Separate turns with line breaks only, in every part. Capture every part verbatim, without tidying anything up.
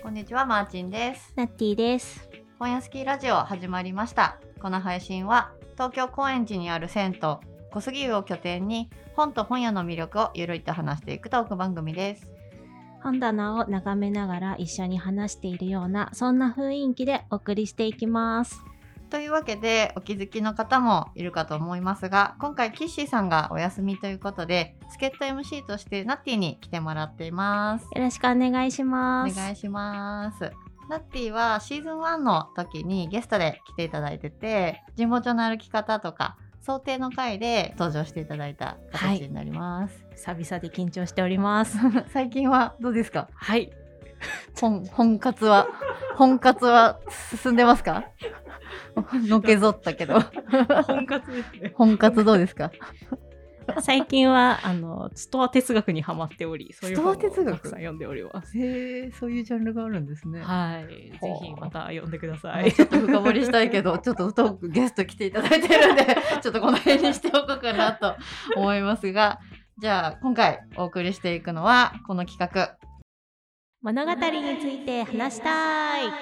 こんにちは、マーチンです。
ナッティです。
本屋スキーラジオ始まりました。この配信は東京高円寺にある銭湯小杉湯を拠点に本と本屋の魅力をゆるいと話していくトーク番組です。
本棚を眺めながら一緒に話しているようなそんな雰囲気でお送りしていきます。
というわけでお気づきの方もいるかと思いますが、今回キッシーさんがお休みということで助っ人 エムシー としてナッティに来てもらっています。
よろしくお願いします。
お願いします。ナッティはシーズンワンの時にゲストで来ていただいてて、神保町の歩き方とか想定の回で登場していただいた形になります。
はい、久々で緊張しております。
最近はどうですか？
はい。
本, 本活は本活は進んでますか？のけぞったけど
本活ですね。
本活どうですか？
最近はあのストア哲学にハマっており、そういう本をたくさん読んでおります。
へえ、そういうジャンルがあるんですね。
はい、ぜひまた読んでください。
ちょっと深掘りしたいけどちょっとトークゲスト来ていただいてるんでちょっとこの辺にしておこうかなと思いますが、じゃあ今回お送りしていくのはこの企画、
物語について話したい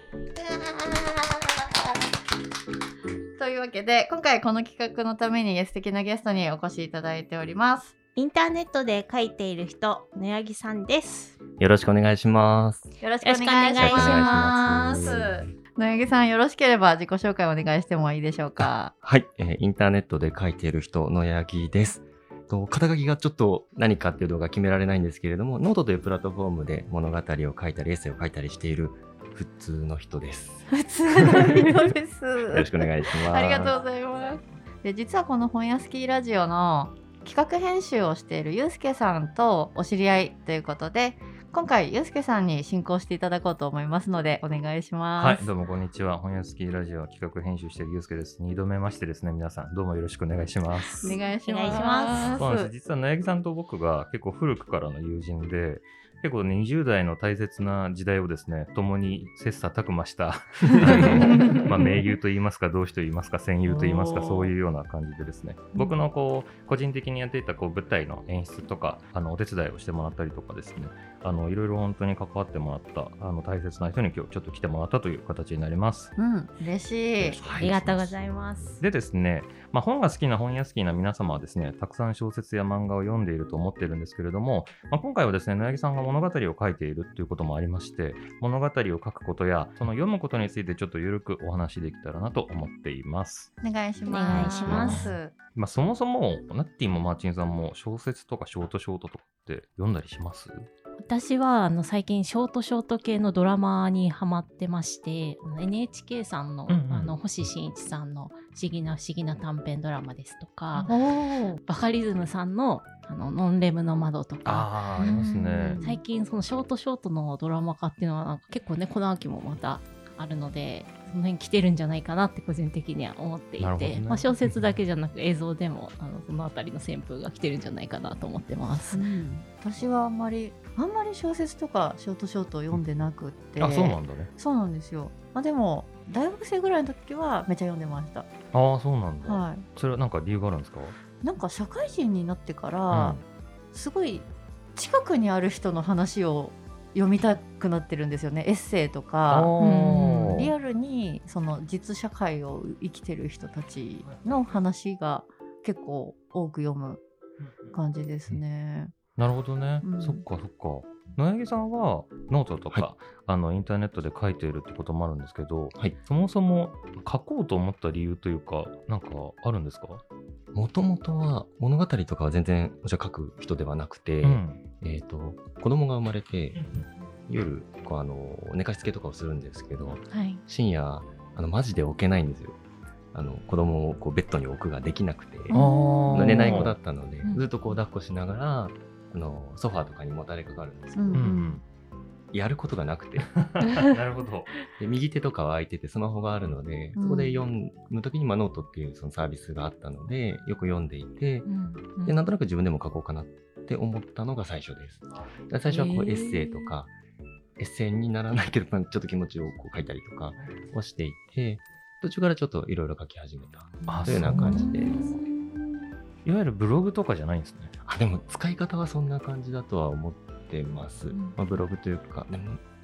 というわけで、今回この企画のために素敵なゲストにお越しいただいております。
インターネットで書いている人、野柳さんです。
よろしくお願いします。
よろしくお願いします。野柳さん、よろしければ自己紹介をお願いしてもいいでしょうか？
はい、えー、インターネットで書いている人、野柳です。と肩書きがちょっと何かっていうのが決められないんですけれども、ノートというプラットフォームで物語を書いたりエッセイを書いたりしている普通の人です。
普通の人です。よ
ろしくお願いします。
ありがとうございます。で、実はこの本屋スキーラジオの企画編集をしているゆうすけさんとお知り合いということで、今回ゆうすけさんに進行していただこうと思いますのでお願いします。
はい、どうもこんにちは。本屋スキーラジオ企画編集しているゆうすけです。にどめましてですね、皆さんどうもよろしくお願いします。
お願いします。
そうなんです。実は野柳さんと僕が結構古くからの友人で、結構にじゅう代の大切な時代をですね、共に切磋琢磨したあの、まあ、盟友といいますか同志といいますか戦友といいますか、そういうような感じでですね、僕のこう個人的にやっていたこう舞台の演出とかあのお手伝いをしてもらったりとかですね、あのいろいろ本当に関わってもらったあの大切な人に今日ちょっと来てもらったという形になります。
うん、嬉しい。
ありがとうございます。
でですね、まあ、本が好きな本屋好きな皆様はですね、たくさん小説や漫画を読んでいると思っているんですけれども、まあ、今回はですね、野柳さんが物語を書いているということもありまして、物語を書くことやその読むことについてちょっとゆるくお話できたらなと思っています。
お願いします。
お願いします。
まあ、そもそもナッティもマーチンさんも小説とかショートショートとかって読んだりします？
私はあの最近ショートショート系のドラマにハマってまして、 エヌエイチケー さんの、うんうん、あの星新一さんの不思議な不思議な短編ドラマですとか、バカリズムさんのあのノンレムの窓とか、
あー、ありますね。
最近そのショートショートのドラマ化っていうのはなんか結構ね、この秋もまたあるので、その辺来てるんじゃないかなって個人的には思っていて、ね、まあ、小説だけじゃなく映像でもあのそのあたりの旋風が来てるんじゃないかなと思ってます、うん、
私はあんまりあんまり小説とかショートショートを読んでなくって、
あ、そうなんだね。
そうなんですよ。まあ、でも大学生ぐらいの時はめっちゃ読んでました。
ああ、そうなんだ、
はい、
それはなんか理由があるんですか？
なんか社会人になってから、うん、すごい近くにある人の話を読みたくなってるんですよね。エッセイとか、うん、リアルにその実社会を生きてる人たちの話が結構多く読む感じですね。
なるほどね、うん、そっかそっか。野柳さんはノートとか、はい、あのインターネットで書いているってこともあるんですけど、はい、そもそも書こうと思った理由というかなんかあるんですか？
もともとは物語とかは全然書く人ではなくて、うん、えーと、子供が生まれて、うん、夜こうあの寝かしつけとかをするんですけど、はい、深夜あのマジで置けないんですよ。あの子供をこうベッドに置くができなくて、寝ない子だったので、うん、ずっとこう抱っこしながらあのソファーとかにもたれかかるんですけど、うんうん、やることがなくて
なるほど。
で右手とかは空いててスマホがあるので、そこで読む時に、まあ、ノートっていうそのサービスがあったのでよく読んでいて、うんうん、でなんとなく自分でも書こうかなって思ったのが最初です。で最初はこうエッセイとかエッセイにならないけどちょっと気持ちをこう書いたりとかをしていて、途中からちょっといろいろ書き始めたというような感じです。
いわゆるブログとかじゃないんですね。
あ、でも使い方はそんな感じだとは思ってます、うん、まあ、ブログというかでも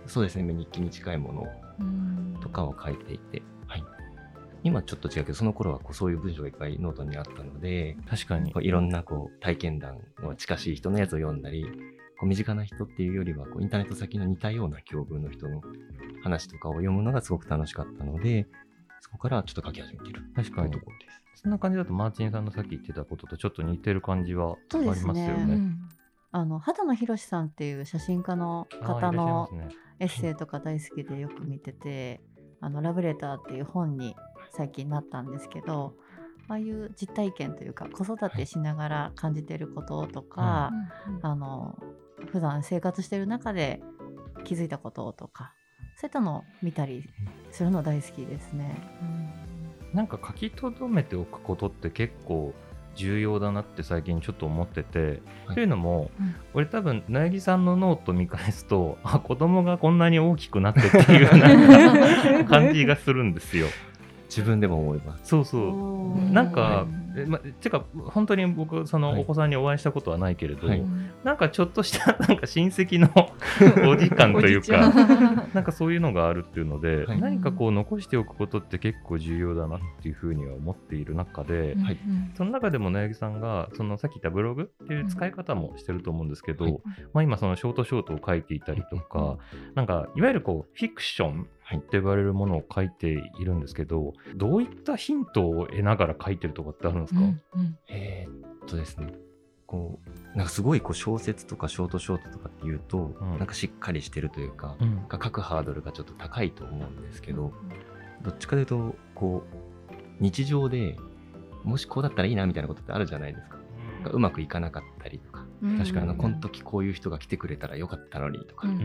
そうですね、日記に近いものとかを書いていて、はい、今ちょっと違うけど、その頃はこうそういう文章がいっぱいノートにあったので、
確かに
いろんなこう体験談の近しい人のやつを読んだり、こう身近な人っていうよりはこうインターネット先の似たような境遇の人の話とかを読むのがすごく楽しかったので、そこからちょっと書き始めている
確かに
というところです。
そんな感じだとマーチンさんのさっき言ってたこととちょっと似てる感じはありますよね。そうですね、うん、
あの畑野博さんっていう写真家の方のエッセイとか大好きでよく見てて、あのラブレターっていう本に最近なったんですけど、ああいう実体験というか子育てしながら感じてることとか、はい、あの普段生活してる中で気づいたこととか、そういったのを見たりするの大好きですね。
うん、なんか書き留めておくことって結構重要だなって最近ちょっと思ってて、はい、というのも、うん、俺多分苗木さんのノート見返すと、あ、子供がこんなに大きくなってっていうなんか感じがするんですよ。
自分でも思います。
そうそうなんか、はい、えま、てか本当に僕そのお子さんにお会いしたことはないけれど、はい、なんかちょっとしたなんか親戚のお時間というかなんかそういうのがあるっていうので、はい、何かこう残しておくことって結構重要だなっていうふうには思っている中で、はい、その中でも苗木さんがそのさっき言ったブログっていう使い方もしてると思うんですけど、はい、まあ、今そのショートショートを書いていたりとか、なんかいわゆるこうフィクションって呼ばれるものを書いているんですけど、どういったヒントを得ながら書いてるとかってあるんですか？うんうん、
えー、っとですねこうなんかすごいこう小説とかショートショートとかっていうと、うん、なんかしっかりしてるというか、うん、書くハードルがちょっと高いと思うんですけど、うん、どっちかというとこう日常でもしこうだったらいいなみたいなことってあるじゃないですか。うん、うまくいかなかったりとか、確かにあのこの時こういう人が来てくれたらよかったのにとか、うん、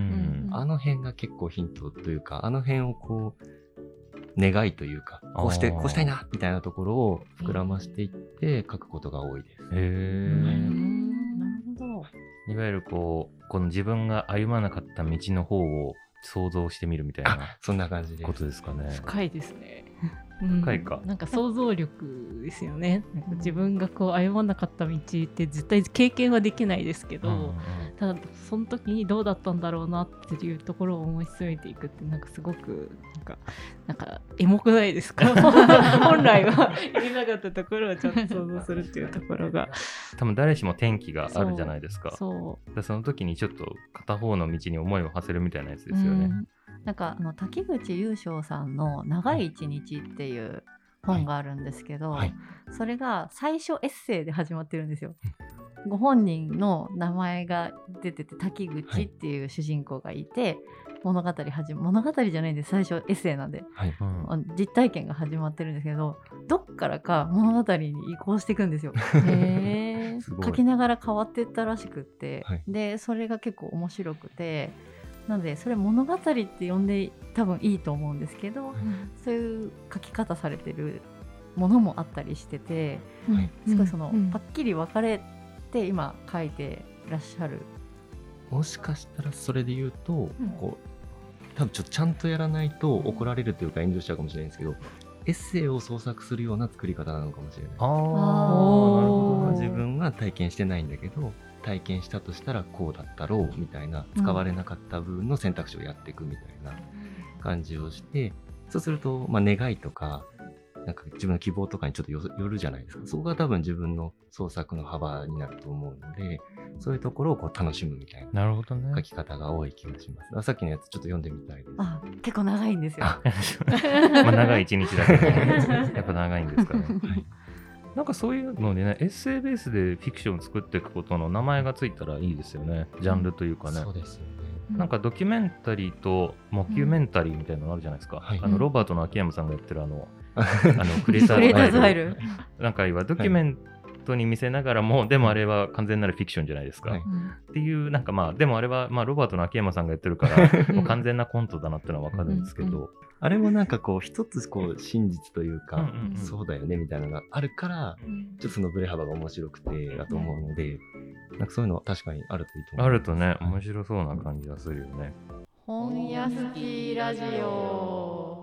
あの辺が結構ヒントというか、あの辺をこう願いというか、こうしてこうしたいなみたいなところを膨らましていって書くことが多いです。へ
ー、なるほど。いわゆるこうこの自分が歩まなかった道の方を想像してみるみたいな、
そんな感じで
ことですかね。
深いですね。
深いか、
うん、なんか想像力ですよね。なんか自分がこう歩まなかった道って絶対経験はできないですけど、うんうん、ただその時にどうだったんだろうなっていうところを思い進めていくってなんかすごくなんかなんかエモくないですか？本来はやりなかったところをちゃんと想像するっていうところが
多分誰しも転機があるじゃないですか。そう、だその時にちょっと片方の道に思いを馳せるみたいなやつですよね。うん、
なんかあの滝口優勝さんの長い一日っていう本があるんですけど、はいはい、それが最初エッセイで始まってるんですよ。ご本人の名前が出てて滝口っていう主人公がいて、はい、物語始物語じゃないんです、最初エッセイなんで、はい、うん、実体験が始まってるんですけど、どっからか物語に移行していくんですよ。へー書きながら変わっていったらしくって、はい、でそれが結構面白くて、なのでそれ物語って呼んで多分いいと思うんですけど、うん、そういう書き方されてるものもあったりしてて、はい、すごいその、うん、パッキリ分かれて今書いてらっしゃる。
もしかしたらそれで言うと、うん、こう多分ちょっとちゃんとやらないと怒られるというか炎上しちゃうかもしれないんですけど、エッセイを創作するような作り方なのかもしれない。ああ、なるほど。自分は体験してないんだけど体験したとしたらこうだったろうみたいな、使われなかった部分の選択肢をやっていくみたいな感じをして、そうすると、まあ、願いとかなんか自分の希望とかにちょっとよるじゃないですか。そこが多分自分の創作の幅になると思うので、そういうところをこう楽しむみたいな書き方が多い気がします。なるほどね。さっきのやつちょっと読んでみたいです。
あ、結構長いんですよ。
まあ長い一日だけど、やっぱ長いんですかね。はい、なんかそういうのでね、エッセイベースでフィクションを作っていくことの名前がついたらいいですよね。ジャンルというかね。うん、そうですよね。なんかドキュメンタリーとモキュメンタリーみたいなのあるじゃないですか。うん、あのロバートの秋山さんがやってるあの、あのクリエイターズファイルなんかはドキュメントに見せながらも、はい、でもあれは完全なるフィクションじゃないですか。はい、っていうなんかまあでもあれはまあロバートの秋山さんがやってるからもう完全なコントだなってのは分かるんですけど。うんうん、
あれもなんかこう一つこう真実というか、うんうんうん、そうだよねみたいなのがあるから、うん、ちょっとそのブレ幅が面白くてだと思うので、なんかそういうの確かにあるといいと思います。
あるとね、面白そうな感じがするよね。
本屋好きラジオ。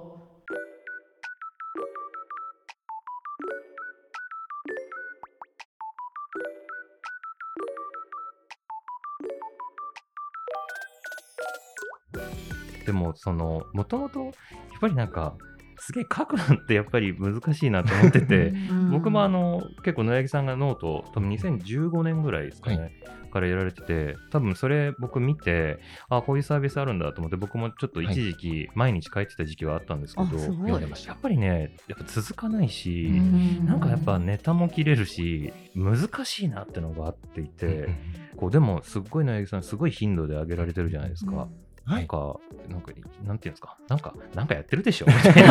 でもそのもともとやっぱりなんかすげえ書くのってやっぱり難しいなと思ってて、うん、僕もあの結構野柳さんがノート多分にせんじゅうごねんぐらいですかね、はい、からやられてて、多分それ僕見て、あこういうサービスあるんだと思って、僕もちょっと一時期毎日書いてた時期はあったんですけど、はい、やっぱりねやっぱ続かないし、なんかやっぱネタも切れるし難しいなってのがあっていて、こうでもすっごい野柳さんすごい頻度で上げられてるじゃないですか、うんなんか、はい、なんか、なんていうんですか、なんか、なんかやってるでしょ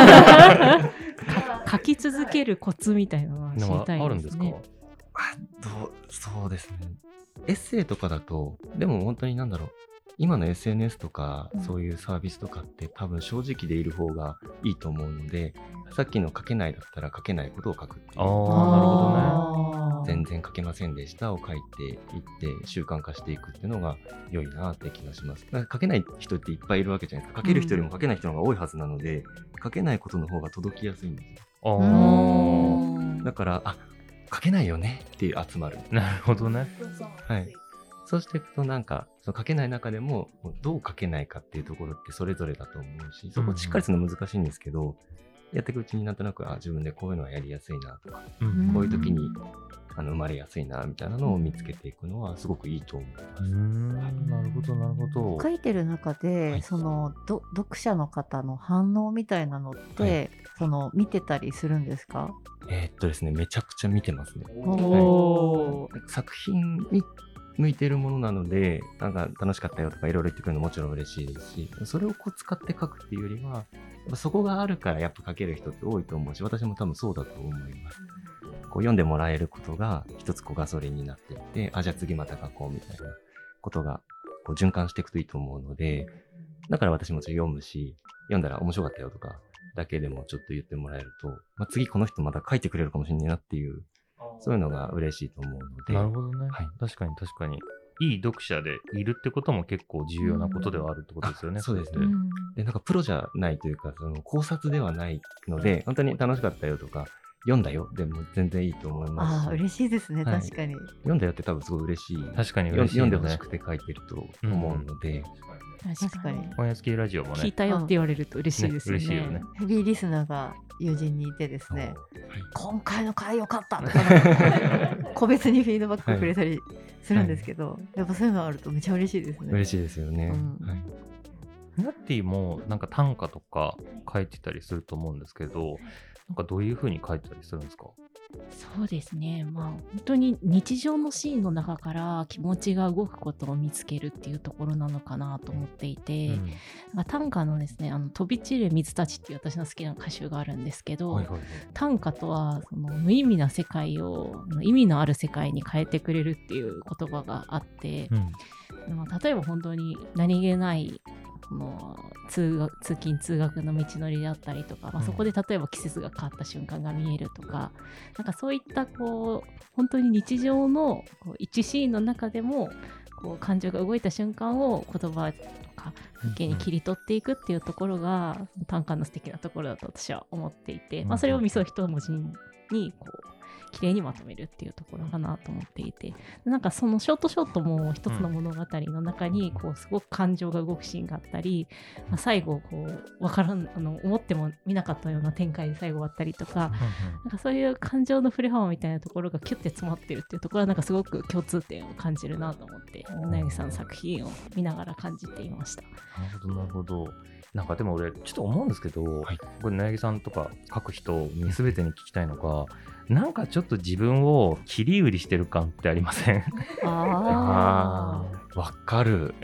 書き続けるコツみたいなのは知りたいですね。
あるんですか？
あどうそうですね。エッセイとかだと、でも本当になんだろう、今の エスエヌエス とか、うん、そういうサービスとかって多分正直でいる方がいいと思うので、さっきの書けないだったら書けないことを書くっていう。
ああ、なるほどね。
全然書けませんでしたを書いていって習慣化していくっていうのが良いなって気がします。だから書けない人っていっぱいいるわけじゃないですか。書ける人よりも書けない人の方が多いはずなので、うん、書けないことの方が届きやすいんですよ。あだからあ書けないよねっていう集まる。
なるほどね。
はい。そうしていくとなんかその書けない中でもどう書けないかっていうところってそれぞれだと思うし、そこをしっかりするの難しいんですけど、うん、やっていくうちになんとなくあ自分でこういうのはやりやすいなとか、うん、こういう時にあの生まれやすいなみたいなのを見つけていくのはすごくいいと思います。うー
んなるほどなるほど。
書いてる中で、はい、そのど読者の方の反応みたいなのって、はい、その見てたりするんですか？
えー、っとですねめちゃくちゃ見てますね。お、はい、作品に向いてるものなのでなんか楽しかったよとかいろいろ言ってくるのももちろん嬉しいですし、それをこう使って書くっていうよりはそこがあるからやっぱ書ける人って多いと思うし、私も多分そうだと思います。こう読んでもらえることが一つこうガソリンになっていって、あじゃあ次また書こうみたいなことがこう循環していくといいと思うので、だから私も読むし、読んだら面白かったよとかだけでもちょっと言ってもらえると、まあ、次この人また書いてくれるかもしれないなっていう、そういうのが嬉しいと思うので。
なるほどね、はい、確かに確かにいい読者でいるってことも結構重要なことではあるってことですよね。
そうですね。でなんかプロじゃないというかその考察ではないので、本当に楽しかったよとか読んだよでも全然いいと思いますし。
あ嬉しいですね、はい、確かに
読んだよって多分すごい嬉しい。
確かに嬉しい、ね、
読んでほしくて書いてると思うので、
うん、確かに
本屋付きラジオもね
聞いたよって言われると嬉しいですよね。
ね嬉しいよね。
ヘビーリスナーが友人にいてですね、はい、今回の回良かったとか個別にフィードバックくれたりするんですけど、はい、やっぱそういうのあるとめちゃ嬉しいですね。
嬉しいですよね、うんはい、
ナッティもなんか短歌とか書いてたりすると思うんですけど、なんかどういう風に書いてたりするんですか？
そうですね、まあ本当に日常のシーンの中から気持ちが動くことを見つけるっていうところなのかなと思っていて、うんまあ、短歌のですねあの飛び散る水たちっていう私の好きな歌集があるんですけど、はいはいはい、短歌とはその無意味な世界を意味のある世界に変えてくれるっていう言葉があって、うん、例えば本当に何気ないこの 通, 学通勤通学の道のりだったりとか、まあ、そこで例えば季節が変わった瞬間が見えるとか、なんかそういったこう本当に日常のこう一シーンの中でもこう感情が動いた瞬間を言葉とか風景に切り取っていくっていうところが短歌の素敵なところだと私は思っていて、まあ、それをみそ一文字にこう綺麗にまとめるっていうところかなと思っていて、なんかそのショートショートも一つの物語の中にこうすごく感情が動くシーンがあったり、まあ、最後こう分からんあの思っても見なかったような展開で最後終わったりとか、なんかそういう感情の振れ幅みたいなところがキュッて詰まってるっていうところはなんかすごく共通点を感じるなと思って野柳さんの作品を見ながら感じていました。
なるほどなるほど。なんかでも俺ちょっと思うんですけど、はい、これ野柳さんとか書く人に全てに聞きたいのが、なんかちょっと自分を切り売りしてる感ってありません？
ああ、わかる。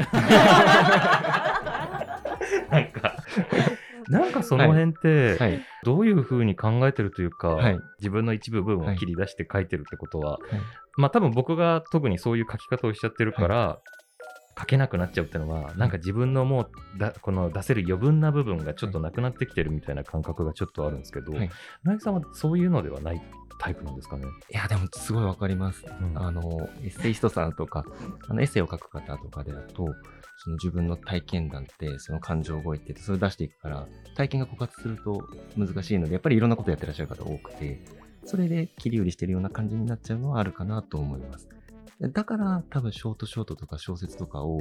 なんかなんかその辺ってどういう風に考えてるというか、はい、自分の一部分を切り出して書いてるってことは、はい、まあ多分僕が特にそういう書き方をしちゃってるから、はい書けなくなっちゃうっていうのは、なんか自分のもうだこの出せる余分な部分がちょっとなくなってきてるみたいな感覚がちょっとあるんですけど、はい、野柳さんはそういうのではないタイプなんですかね？
いやでもすごいわかります、うん、あのエッセイストさんとかあのエッセイを書く方とかでだとその自分の体験談ってその感情動いててそれを出していくから体験が枯渇すると難しいのでやっぱりいろんなことやってらっしゃる方多くてそれで切り売りしてるような感じになっちゃうのはあるかなと思います。だから多分ショートショートとか小説とかを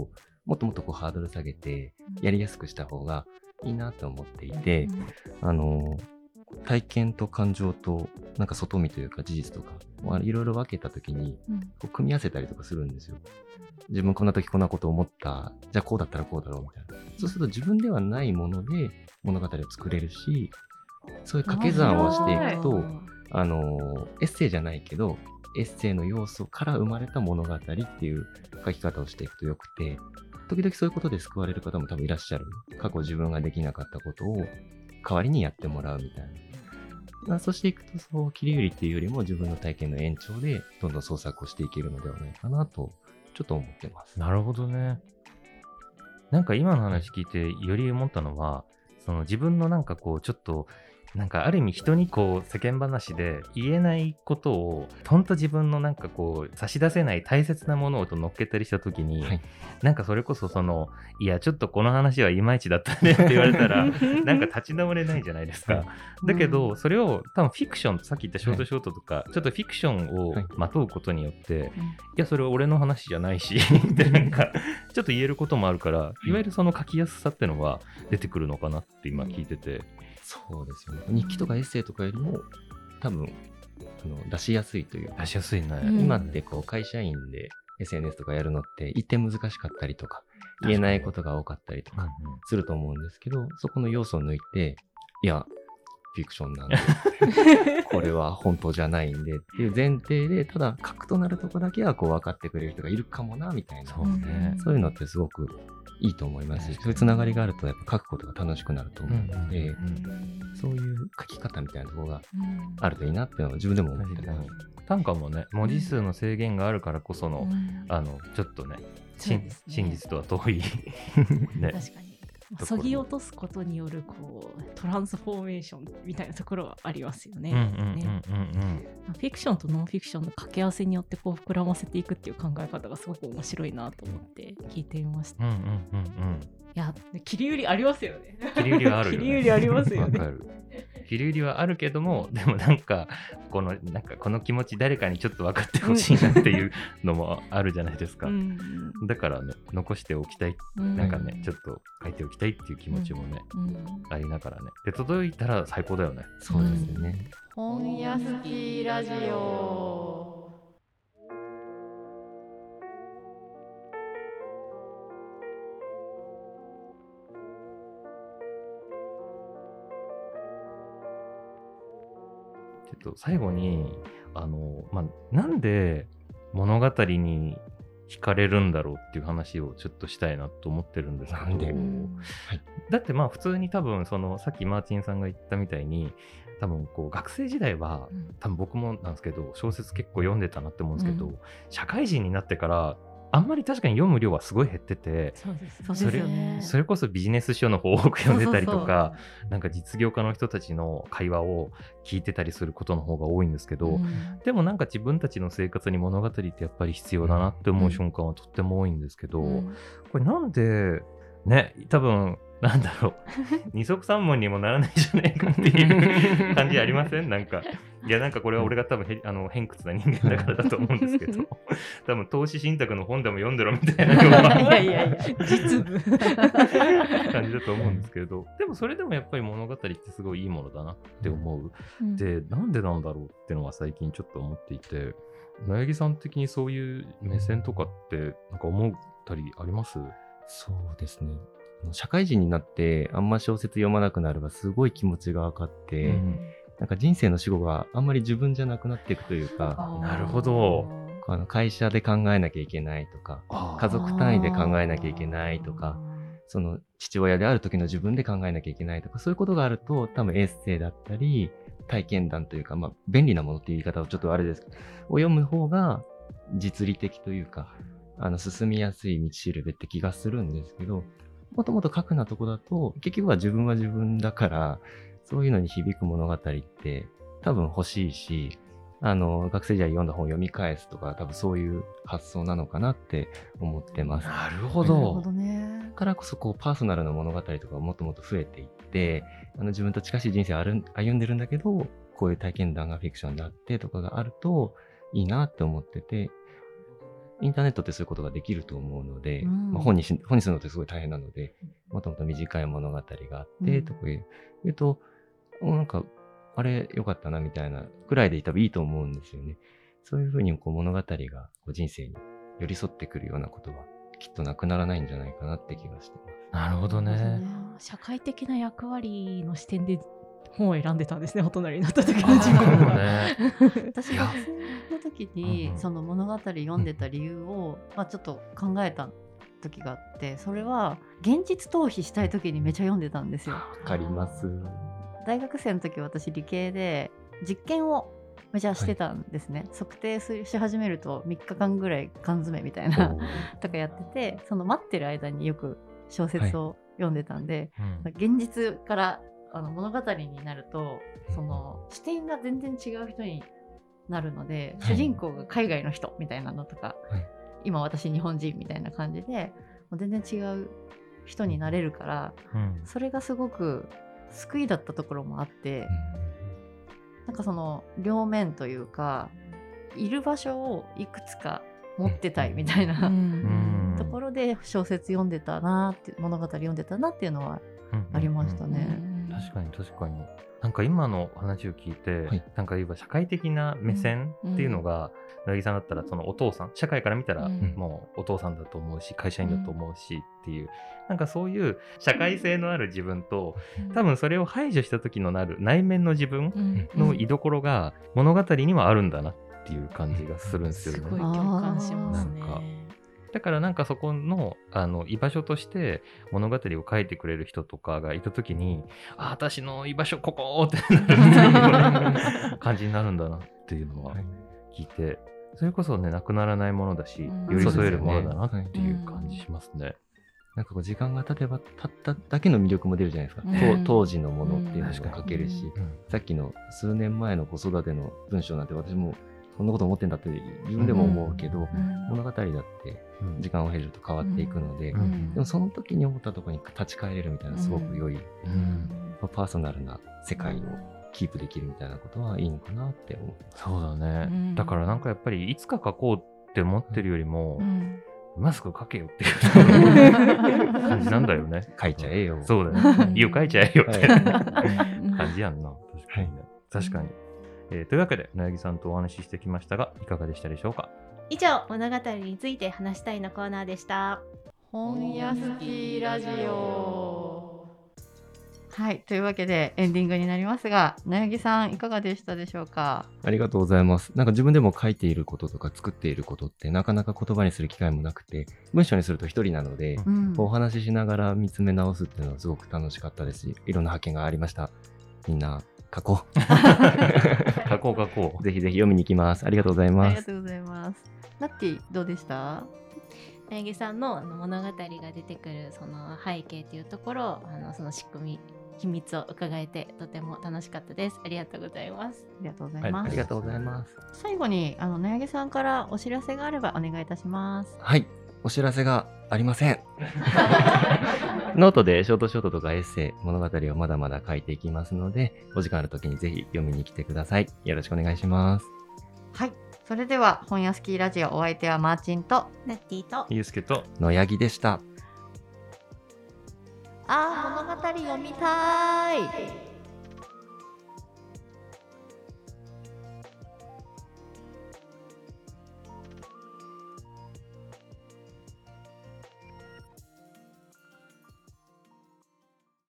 もっともっとこうハードル下げてやりやすくした方がいいなと思っていて、あの体験と感情となんか外見というか事実とかいろいろ分けた時にこう組み合わせたりとかするんですよ。自分こんな時こんなこと思った、じゃあこうだったらこうだろうみたいな。そうすると自分ではないもので物語を作れるし、そういう掛け算をしていくと、あのエッセイじゃないけどエッセイの要素から生まれた物語っていう書き方をしていくとよくて、時々そういうことで救われる方も多分いらっしゃる。過去自分ができなかったことを代わりにやってもらうみたいな。そうしていくと、そう切り売りっていうよりも自分の体験の延長でどんどん創作をしていけるのではないかなとちょっと思ってます。
なるほどね。なんか今の話聞いてより思ったのは、その自分のなんかこうちょっとなんかある意味人にこう世間話で言えないことをほんと自分のなんかこう差し出せない大切なものをと乗っけたりした時に、はい、なんかそれこそそのいやちょっとこの話はいまいちだったねって言われたらなんか立ち直れないじゃないですか。だけどそれを多分フィクション、さっき言ったショートショートとか、はい、ちょっとフィクションをまとうことによって、はい、いやそれは俺の話じゃないしってなんかちょっと言えることもあるから、いわゆるその書きやすさってのは出てくるのかなって今聞いてて、
そうですよね。日記とかエッセイとかよりも多分あの出しやすいという
出しやすいね。
今ってこう会社員で エスエヌエス とかやるのって一点難しかったりとか言えないことが多かったりとかすると思うんですけど、そこの要素を抜いて、いやフィクションなんでこれは本当じゃないんでっていう前提で、ただ核となるとこだけはこう分かってくれる人がいるかもなみたいな、そうね、そういうのってすごくいいと思いますし、そういうつながりがあるとやっぱ書くことが楽しくなると思うので、うんうん、そういう書き方みたいなところがあるといいなっていうのは自分でも思ってます。
短歌もね、文字数の制限があるからこその、うん、あのちょっとね、ね真実とは遠い
ね、確かにそぎ落とすことによるこうトランスフォーメーションみたいなところはありますよね。フィクションとノンフィクションの掛け合わせによってこう膨らませていくっていう考え方がすごく面白いなと思って聞いてみました。うんうんうんうん、いや切り売りありますよね。
切り売りはあるよね。
切り売りありますよね。
切り売りはあるけども、でもなんかこのなんかこの気持ち誰かにちょっと分かってほしいなっていうのもあるじゃないですか。うん、だからね、残しておきたい、うん、なんかねちょっと書いておきたいっていう気持ちもね、うん、ありながらね。で届いたら最高だよね。
そうですよね。
本屋好きラジオ。
最後にあの、まあ、なんで物語に惹かれるんだろうっていう話をちょっとしたいなと思ってるんですけど、なんで、はい、だってまあ普通に多分そのさっきマーティンさんが言ったみたいに多分こう学生時代は、うん、多分僕もなんですけど小説結構読んでたなって思うんですけど、うん、社会人になってからあんまり確かに読む量はすごい減ってて、
そうですそうですよね。
それこそビジネス書の方を多く読んでたりとか、そうそうそう、なんか実業家の人たちの会話を聞いてたりすることの方が多いんですけど、うん、でもなんか自分たちの生活に物語ってやっぱり必要だなって思う瞬間はとっても多いんですけど、うん、これなんでね、多分なんだろう二足三文にもならないじゃないかっていう感じありません？なんかいやなんかこれは俺が多分へあの偏屈な人間だからだと思うんですけど多分投資信託の本でも読んでろみたいなようない
やいやいや実部
感じだと思うんですけど、でもそれでもやっぱり物語ってすごいいいものだなって思う、うん、でなんでなんだろうっていうのは最近ちょっと思っていて、苗木さん的にそういう目線とかってなんか思ったりあります？
そうですね、社会人になってあんま小説読まなくなればすごい気持ちが分かって、うん、なんか人生の死後があんまり自分じゃなくなっていくというか、
なるほど、
あの会社で考えなきゃいけないとか家族単位で考えなきゃいけないとか、その父親である時の自分で考えなきゃいけないとか、そういうことがあると多分エッセイだったり体験談というか、まあ、便利なものっていう言い方はちょっとあれですけどを読む方が実利的というか、あの進みやすい道しるべって気がするんですけど、もともと核なとこだと結局は自分は自分だから、そういうのに響く物語って多分欲しいし、あの学生時代読んだ本を読み返すとか多分そういう発想なのかなって思ってます。
なるほど。なるほど
ね。だからこそこうパーソナルな物語とかもっともっと増えていって、あの自分と近しい人生を歩んでるんだけど、こういう体験談がフィクションであってとかがあるといいなって思ってて、 インターネットってそういうことができると思うので、うん、まあ、本にし本にするのってすごい大変なので、もともと短い物語があって、うん、とか言うと、なんかあれ良かったなみたいなくらいで多分いいと思うんですよね。そういうふうにこう物語がこう人生に寄り添ってくるようなことはきっとなくならないんじゃないかなって気がしてます。
なるほどね。
社会的な役割の視点で本を選んでたんですね、大人になった時の自分は、ね、
私学生の時にその物語読んでた理由を、まあ、ちょっと考えた時があって、それは現実逃避したい時にめちゃ読んでたんですよ。わ
かります。
大学生の時私理系で実験をめちゃしてたんですね、はい、測定し始めるとみっかかんぐらい缶詰みたいなとかやってて、その待ってる間によく小説を読んでたんで、はい、うん、現実からあの物語になるとその視点が全然違う人になるので、はい、主人公が海外の人みたいなのとか、はい、今私日本人みたいな感じでもう全然違う人になれるから、うん、それがすごく救いだったところもあって、うん、なんかその両面というかいる場所をいくつか持ってたいみたいな、うん、ところで小説読んでたなって物語読んでたなっていうのはありましたね、
うんうんうん、確かに確かに。なんか今の話を聞いて、はい、なんか言えば社会的な目線っていうのが、うん、八木さんだったらそのお父さん、社会から見たらもうお父さんだと思うし、会社員だと思うしっていう、なんかそういう社会性のある自分と、多分それを排除した時のなる内面の自分の居所が物語にはあるんだなっていう感じがするんですよね。
すごい共感しますね。
なんかだからなんかそこの、あの居場所として物語を書いてくれる人とかがいたときに、あ、私の居場所ここってなる感じになるんだなっていうのは聞いて、それこそね、なくならないものだし、うん、寄り添えるものだなっていう感じしますね。
なんかこう時間が経てば経っただけの魅力も出るじゃないですか、うん、当時のものっていうのも書けるし、うん、さっきの数年前の子育ての文章なんて私もそんなこと思ってんだって自分でも思うけど、うん、物語だって時間を経ると変わっていくので、うん、でもその時に思ったところに立ち返れるみたいなすごく良い、うん、パーソナルな世界をキープできるみたいなことはいいのかなって思う。
そうだね、うん、だからなんかやっぱりいつか書こうって思ってるよりも、うん、マスク書けよっていう感じなんだよね。
書いちゃえよ。
そうだね。いいよ書いちゃえよって感じやんな。確かにね。確かに。えー、というわけで、なやぎさんとお話ししてきましたが、いかがでしたでしょうか。
以上、物語について話したいのコーナーでした。
本屋好きラジオ。はい、というわけでエンディングになりますが、なやぎさんいかがでしたでしょうか。
ありがとうございます。なんか自分でも書いていることとか作っていることってなかなか言葉にする機会もなくて、文章にすると一人なので、うん、お話ししながら見つめ直すっていうのはすごく楽しかったですし、いろんな発見がありました。みんな書こう
書こう書こう。
ぜひぜひ読みに行きます。ありがとうございます。
ありがとうございます。ナッティどうでした？
なやぎさん の, あの物語が出てくるその背景というところ、あのその仕組み秘密を伺えてとても楽しかったです。ありがとうございます。
ありがとうございます。
はい、ありがとうございます。
最後にあのなやぎさんからお知らせがあればお願いいたします。
はい、お知らせがありません。ノートでショートショートとかエッセイ、物語をまだまだ書いていきますので、お時間あるときにぜひ読みに来てください。よろしくお願いします。
はい、それでは本屋スキーラジオ、お相手はマーチンと
ナッティと
ゆうすけと
のやぎでした。
あー、物語読みたい。